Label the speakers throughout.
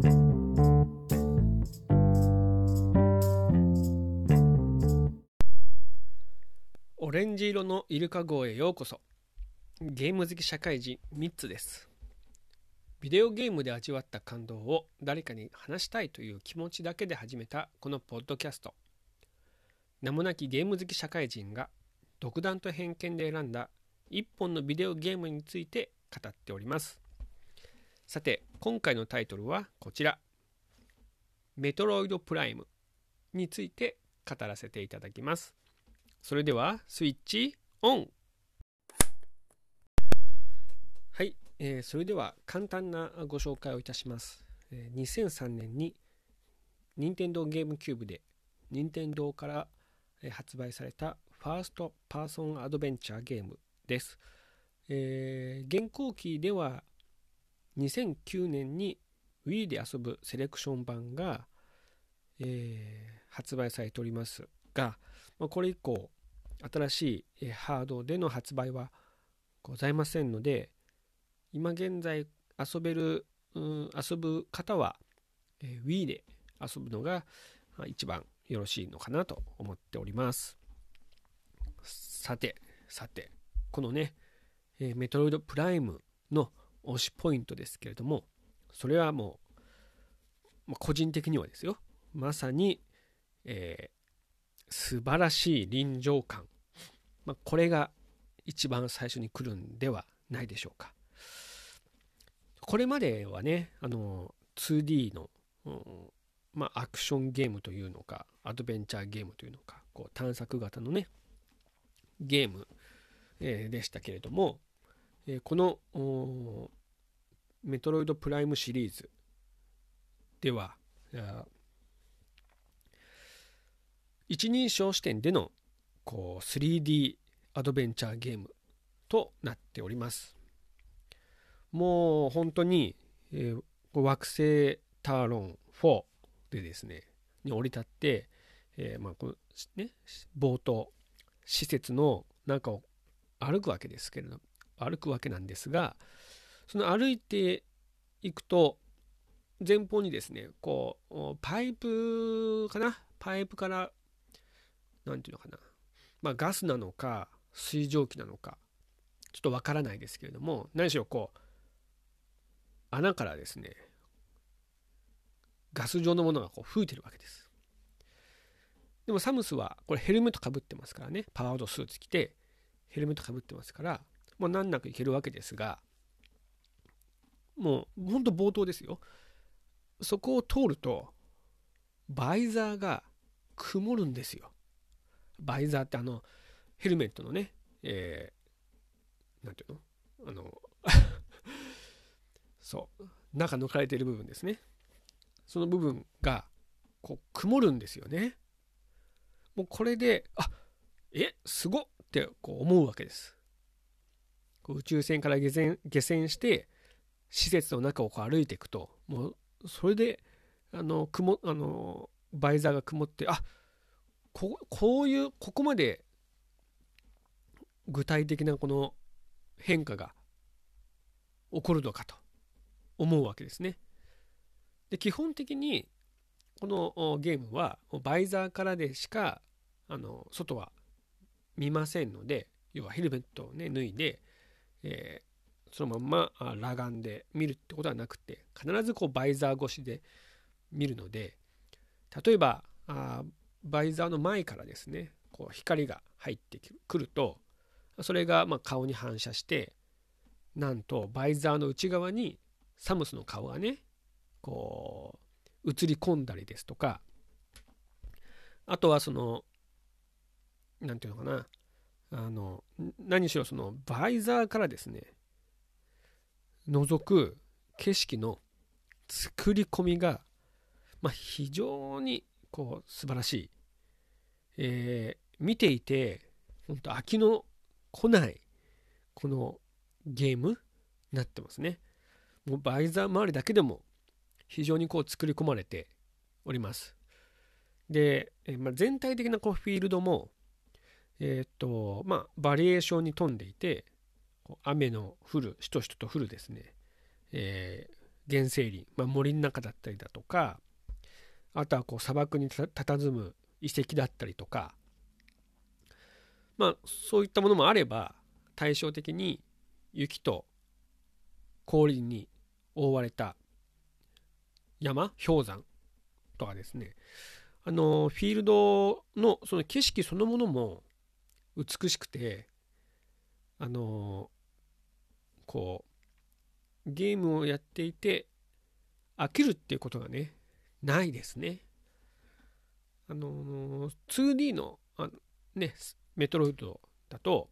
Speaker 1: オレンジ色のイルカ号へようこそ。ゲーム好き社会人ミッツです。ビデオゲームで味わった感動を誰かに話したいという気持ちだけで始めたこのポッドキャスト。名もなきゲーム好き社会人が独断と偏見で選んだ一本のビデオゲームについて語っております。さて、今回のタイトルはこちら。メトロイドプライムについて語らせていただきます。それではスイッチオン。はい、それでは簡単なご紹介をいたします。2003年に任天堂ゲームキューブで任天堂から発売されたファーストパーソンアドベンチャーゲームです。現行機では2009年に Wii で遊ぶセレクション版が、発売されておりますが、これ以降新しいハードでの発売はございませんので、今現在遊ぶ方は、Wii で遊ぶのが一番よろしいのかなと思っております。さてこのね、メトロイドプライムの推しポイントですけれども、それはもう、個人的にはですよ、まさに、素晴らしい臨場感、これが一番最初に来るんではないでしょうか。これまではね、2D の、アクションゲームというのかアドベンチャーゲームというのか、こう探索型のねゲーム、でしたけれども、このメトロイドプライムシリーズでは一人称視点でのこう 3D アドベンチャーゲームとなっております。もう本当に、惑星ターロン4でですねに降り立って、このね、冒頭施設の中を歩くわけなんですが、その歩いていくと前方にですね、こうパイプからなんていうのかな、ガスなのか水蒸気なのかちょっとわからないですけれども、何しろこう穴からですねガス状のものがこう吹いてるわけです。でもサムスはこれヘルメットかぶってますからね、パワードスーツ着てヘルメットかぶってますから、もう難なくいけるわけですが、もうほんと冒頭ですよ。そこを通るとバイザーが曇るんですよ。バイザーってヘルメットのね、なんていうのそう中抜かれている部分ですね。その部分がこう曇るんですよね。もうこれですごっってこう思うわけです。こう宇宙船から下船して施設の中をこう歩いていくと、もうそれでバイザーが曇って、ここまで具体的なこの変化が起こるのかと思うわけですね。で、基本的にこのゲームはバイザーからでしか外は見ませんので、要はヘルメットをね脱いで、そのまんま裸眼で見るってことはなくて、必ずこうバイザー越しで見るので、例えばバイザーの前からですねこう光が入ってくると、それが顔に反射して、なんとバイザーの内側にサムスの顔がねこう映り込んだりですとか、あとはそのなんていうのかな、何しろそのバイザーからですね覗く景色の作り込みが、非常にこう素晴らしい、見ていて本当飽きの来ないこのゲームになってますね。もうバイザー周りだけでも非常にこう作り込まれております。で、全体的なこうフィールドもバリエーションに富んでいて、雨の降るしとしとと降るですね、 原生林、森の中だったりだとか、あとはこう砂漠に佇む遺跡だったりとか、そういったものもあれば、対照的に雪と氷に覆われた氷山とかですね、フィールドのその景色そのものも美しくて、こうゲームをやっていて飽きるっていうことがね、ないですね。2D の、メトロイドだと、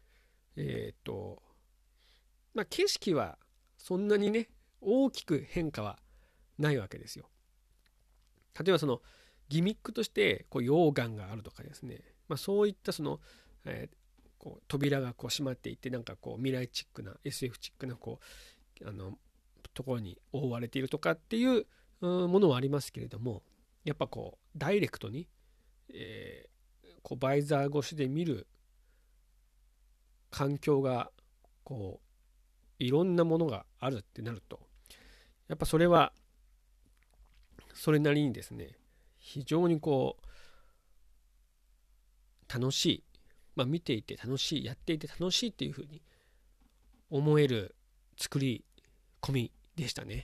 Speaker 1: 景色はそんなにね、大きく変化はないわけですよ。例えばそのギミックとしてこう溶岩があるとかですね、そういったその、こう扉がこう閉まっていて、なんかこう未来チックな SF チックなこうところに覆われているとかっていうものはありますけれども、やっぱこうダイレクトに、こうバイザー越しで見る環境がこういろんなものがあるってなると、やっぱそれはそれなりにですね、非常にこう楽しい、見ていて楽しい、やっていて楽しいっていうふうに思える作り込みでしたね。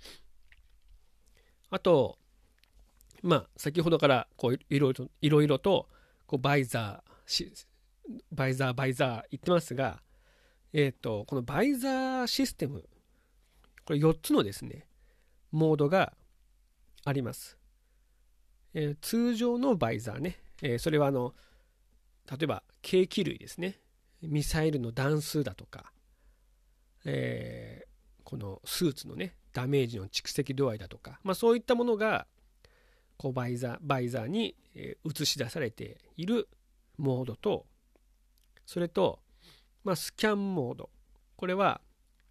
Speaker 1: あと先ほどからこういろいろとこうバイザー言ってますが、このバイザーシステム、これ4つのですねモードがあります。通常のバイザーね、それは例えば計器類ですね、ミサイルの弾数だとか、このスーツのねダメージの蓄積度合いだとか、そういったものがこうバイザーに映し出されているモードと、それと、スキャンモード、これは、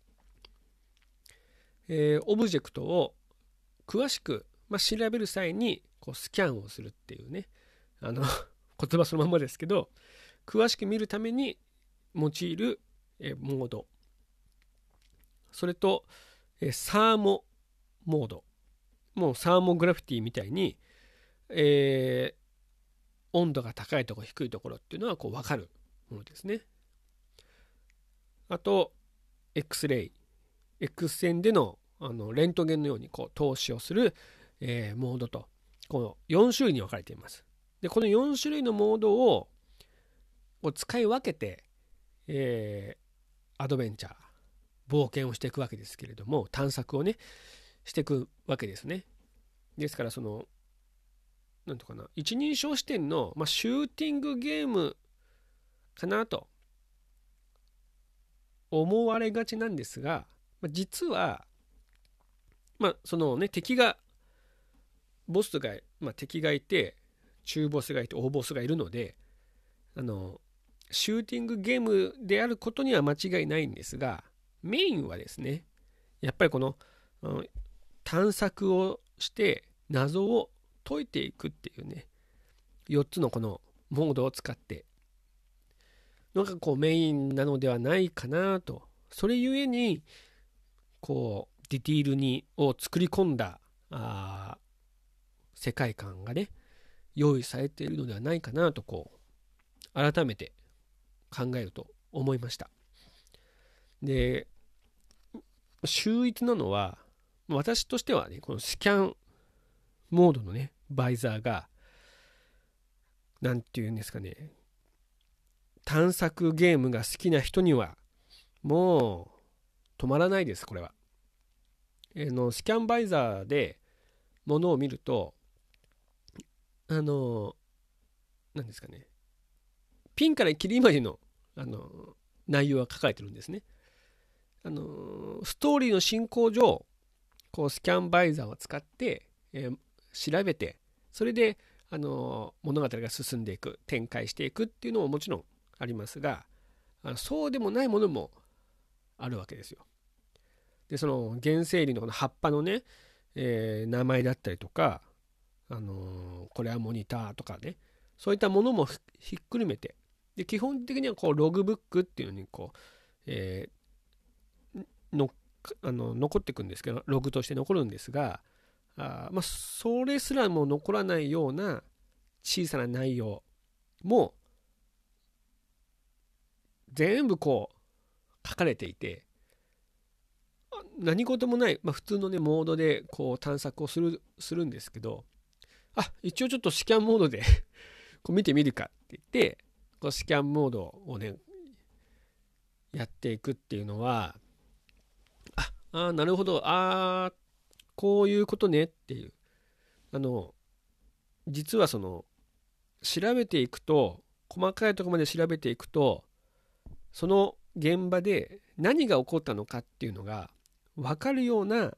Speaker 1: オブジェクトを詳しく、調べる際にこうスキャンをするっていうね、言葉そのままですけど、詳しく見るために用いるモード、それとサーモモード、もうサーモグラフィティみたいに、温度が高いところ低いところっていうのはこう分かるものですね。あと X レイ、 X 線でのレントゲンのようにこう透視をする、モードと、この4種類に分かれています。でこの4種類のモードを使い分けて、アドベンチャー、冒険をしていくわけですけれども、探索をねしていくわけですね。ですからそのなんとかな、一人称視点の、シューティングゲームかなと思われがちなんですが、実はそのね敵が敵がいて、中ボスがいて大ボスがいるので、シューティングゲームであることには間違いないんですが、メインはですね、やっぱりこの探索をして謎を解いていくっていうね、4つのこのモードを使ってなんかこうメインなのではないかなと。それゆえにこうディティールを作り込んだ世界観がね用意されているのではないかなと、こう改めて考えると思いました。で、秀逸なのは私としてはね、このスキャンモードのねバイザーがなんていうんですかね、探索ゲームが好きな人にはもう止まらないです。これはスキャンバイザーでものを見ると何ですかね、ピンからキリまでの内容が書かれてるんですね。ストーリーの進行上こうスキャンバイザーを使って、調べて、それで物語が進んでいく、展開していくっていうのももちろんありますが、そうでもないものもあるわけですよ。でその原生林のこの葉っぱのね、名前だったりとか、これはモニターとかね、そういったものもひっくるめて、で基本的にはこうログブックっていうのにこう、載っ残っていくんですけど、ログとして残るんですが、それすらも残らないような小さな内容も全部こう書かれていて、何事もない、普通のねモードでこう探索をするんですけど、一応ちょっとスキャンモードでこう見てみるかって言って、こうスキャンモードをねやっていくっていうのは、なるほど、こういうことねっていう、実はその調べていくと、細かいところまで調べていくと、その現場で何が起こったのかっていうのが分かるような、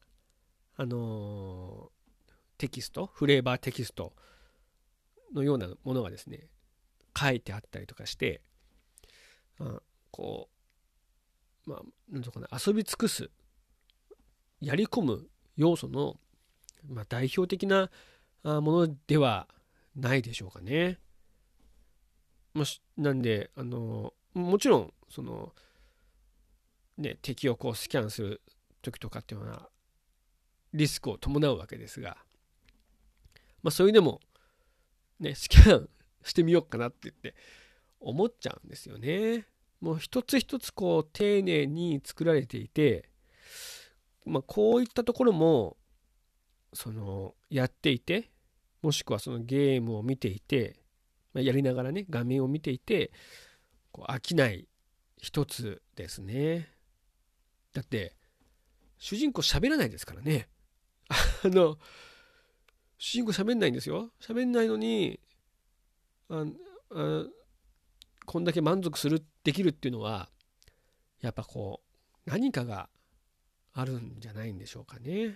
Speaker 1: テキスト、フレーバーテキストのようなものがですね書いてあったりとかして、こうなんていうのかな、遊び尽くす、やり込む要素の、代表的なものではないでしょうかね。なんでもちろんそのね敵をこうスキャンする時とかっていうのはリスクを伴うわけですが、それでもねスキャンしてみようかなって言って思っちゃうんですよね。もう一つ一つこう丁寧に作られていて、こういったところもそのやっていて、もしくはそのゲームを見ていて、やりながらね画面を見ていてこう飽きない一つですね。だって主人公喋らないですからね。主人公喋んないんですよ。喋んないのにこんだけ満足できるっていうのは、やっぱこう何かがあるんじゃないんでしょうかね。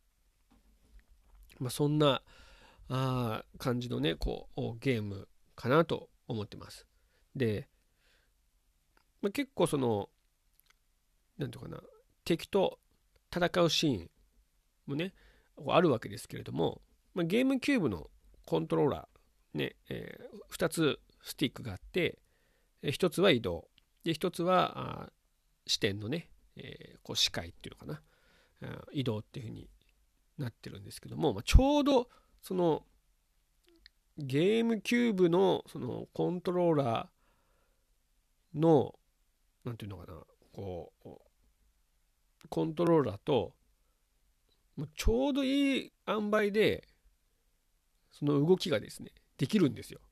Speaker 1: そんな感じのねこうゲームかなと思ってます。で、結構そのなんていうかな、敵と戦うシーンもねあるわけですけれども、ゲームキューブのコントローラーね、2つスティックがあって、1つは移動で、1つは視点のね、こう視界っていうのかな、移動っていう風になってるんですけども、ちょうどそのゲームキューブのそのコントローラーのなんていうのかな、こうコントローラーともうちょうどいい塩梅でその動きがですねできるんですよ。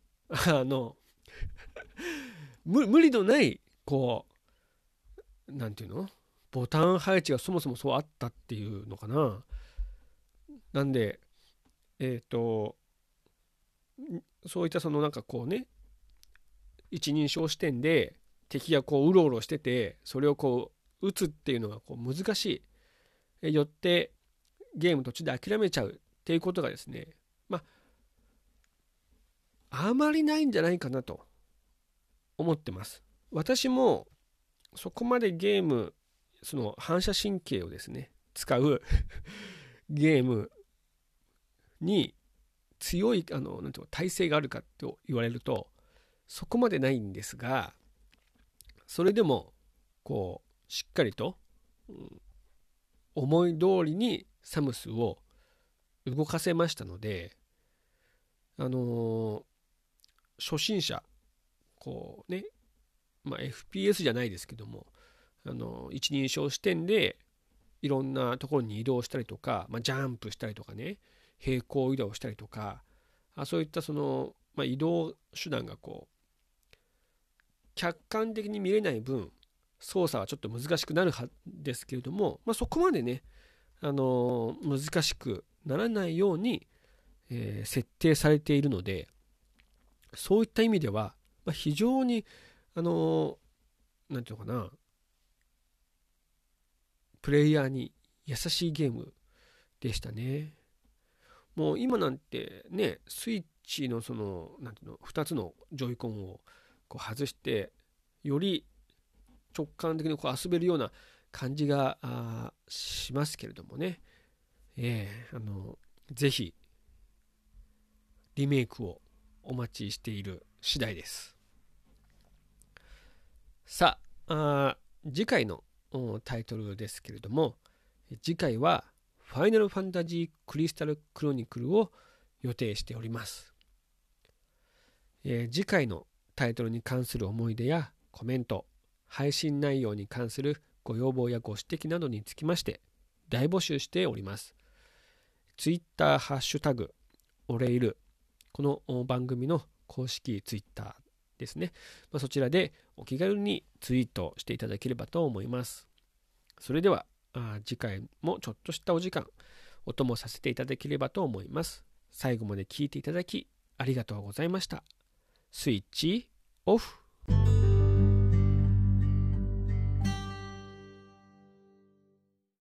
Speaker 1: 無理のないこうなんていうの、ボタン配置がそもそもそうあったっていうのかな。なんでそういったそのなんかこうね一人称視点で敵がこううろうろしてて、それをこう撃つっていうのがこう難しい、よってゲーム途中で諦めちゃうっていうことがですね、あまりないんじゃないかなと思ってます。私もそこまでゲーム、その反射神経をですね使うゲームに強いなんていうの耐性があるかと言われるとそこまでないんですが、それでもこうしっかりと、思い通りにサムスを動かせましたので、初心者こうね、FPS じゃないですけども、一人称視点でいろんなところに移動したりとか、ジャンプしたりとかね、平行移動したりとか、そういったその、移動手段がこう客観的に見れない分操作はちょっと難しくなるはずですけれども、そこまでね、難しくならないように、設定されているので、そういった意味では、非常になんていうのかな、プレイヤーに優しいゲームでしたね。もう今なんてね、スイッチのそのなんていうの2つのジョイコンをこう外してより直感的にこう遊べるような感じがしますけれどもね、ぜひリメイクをお待ちしている次第です。さあ、次回のタイトルですけれども、次回はファイナルファンタジークリスタルクロニクルを予定しております。次回のタイトルに関する思い出やコメント、配信内容に関するご要望やご指摘などにつきまして大募集しております。ツイッターハッシュタグオレイル、この番組の公式ツイッターですね、そちらでお気軽にツイートしていただければと思います。それでは次回もちょっとしたお時間お供させていただければと思います。最後まで聞いていただきありがとうございました。スイッチオフ。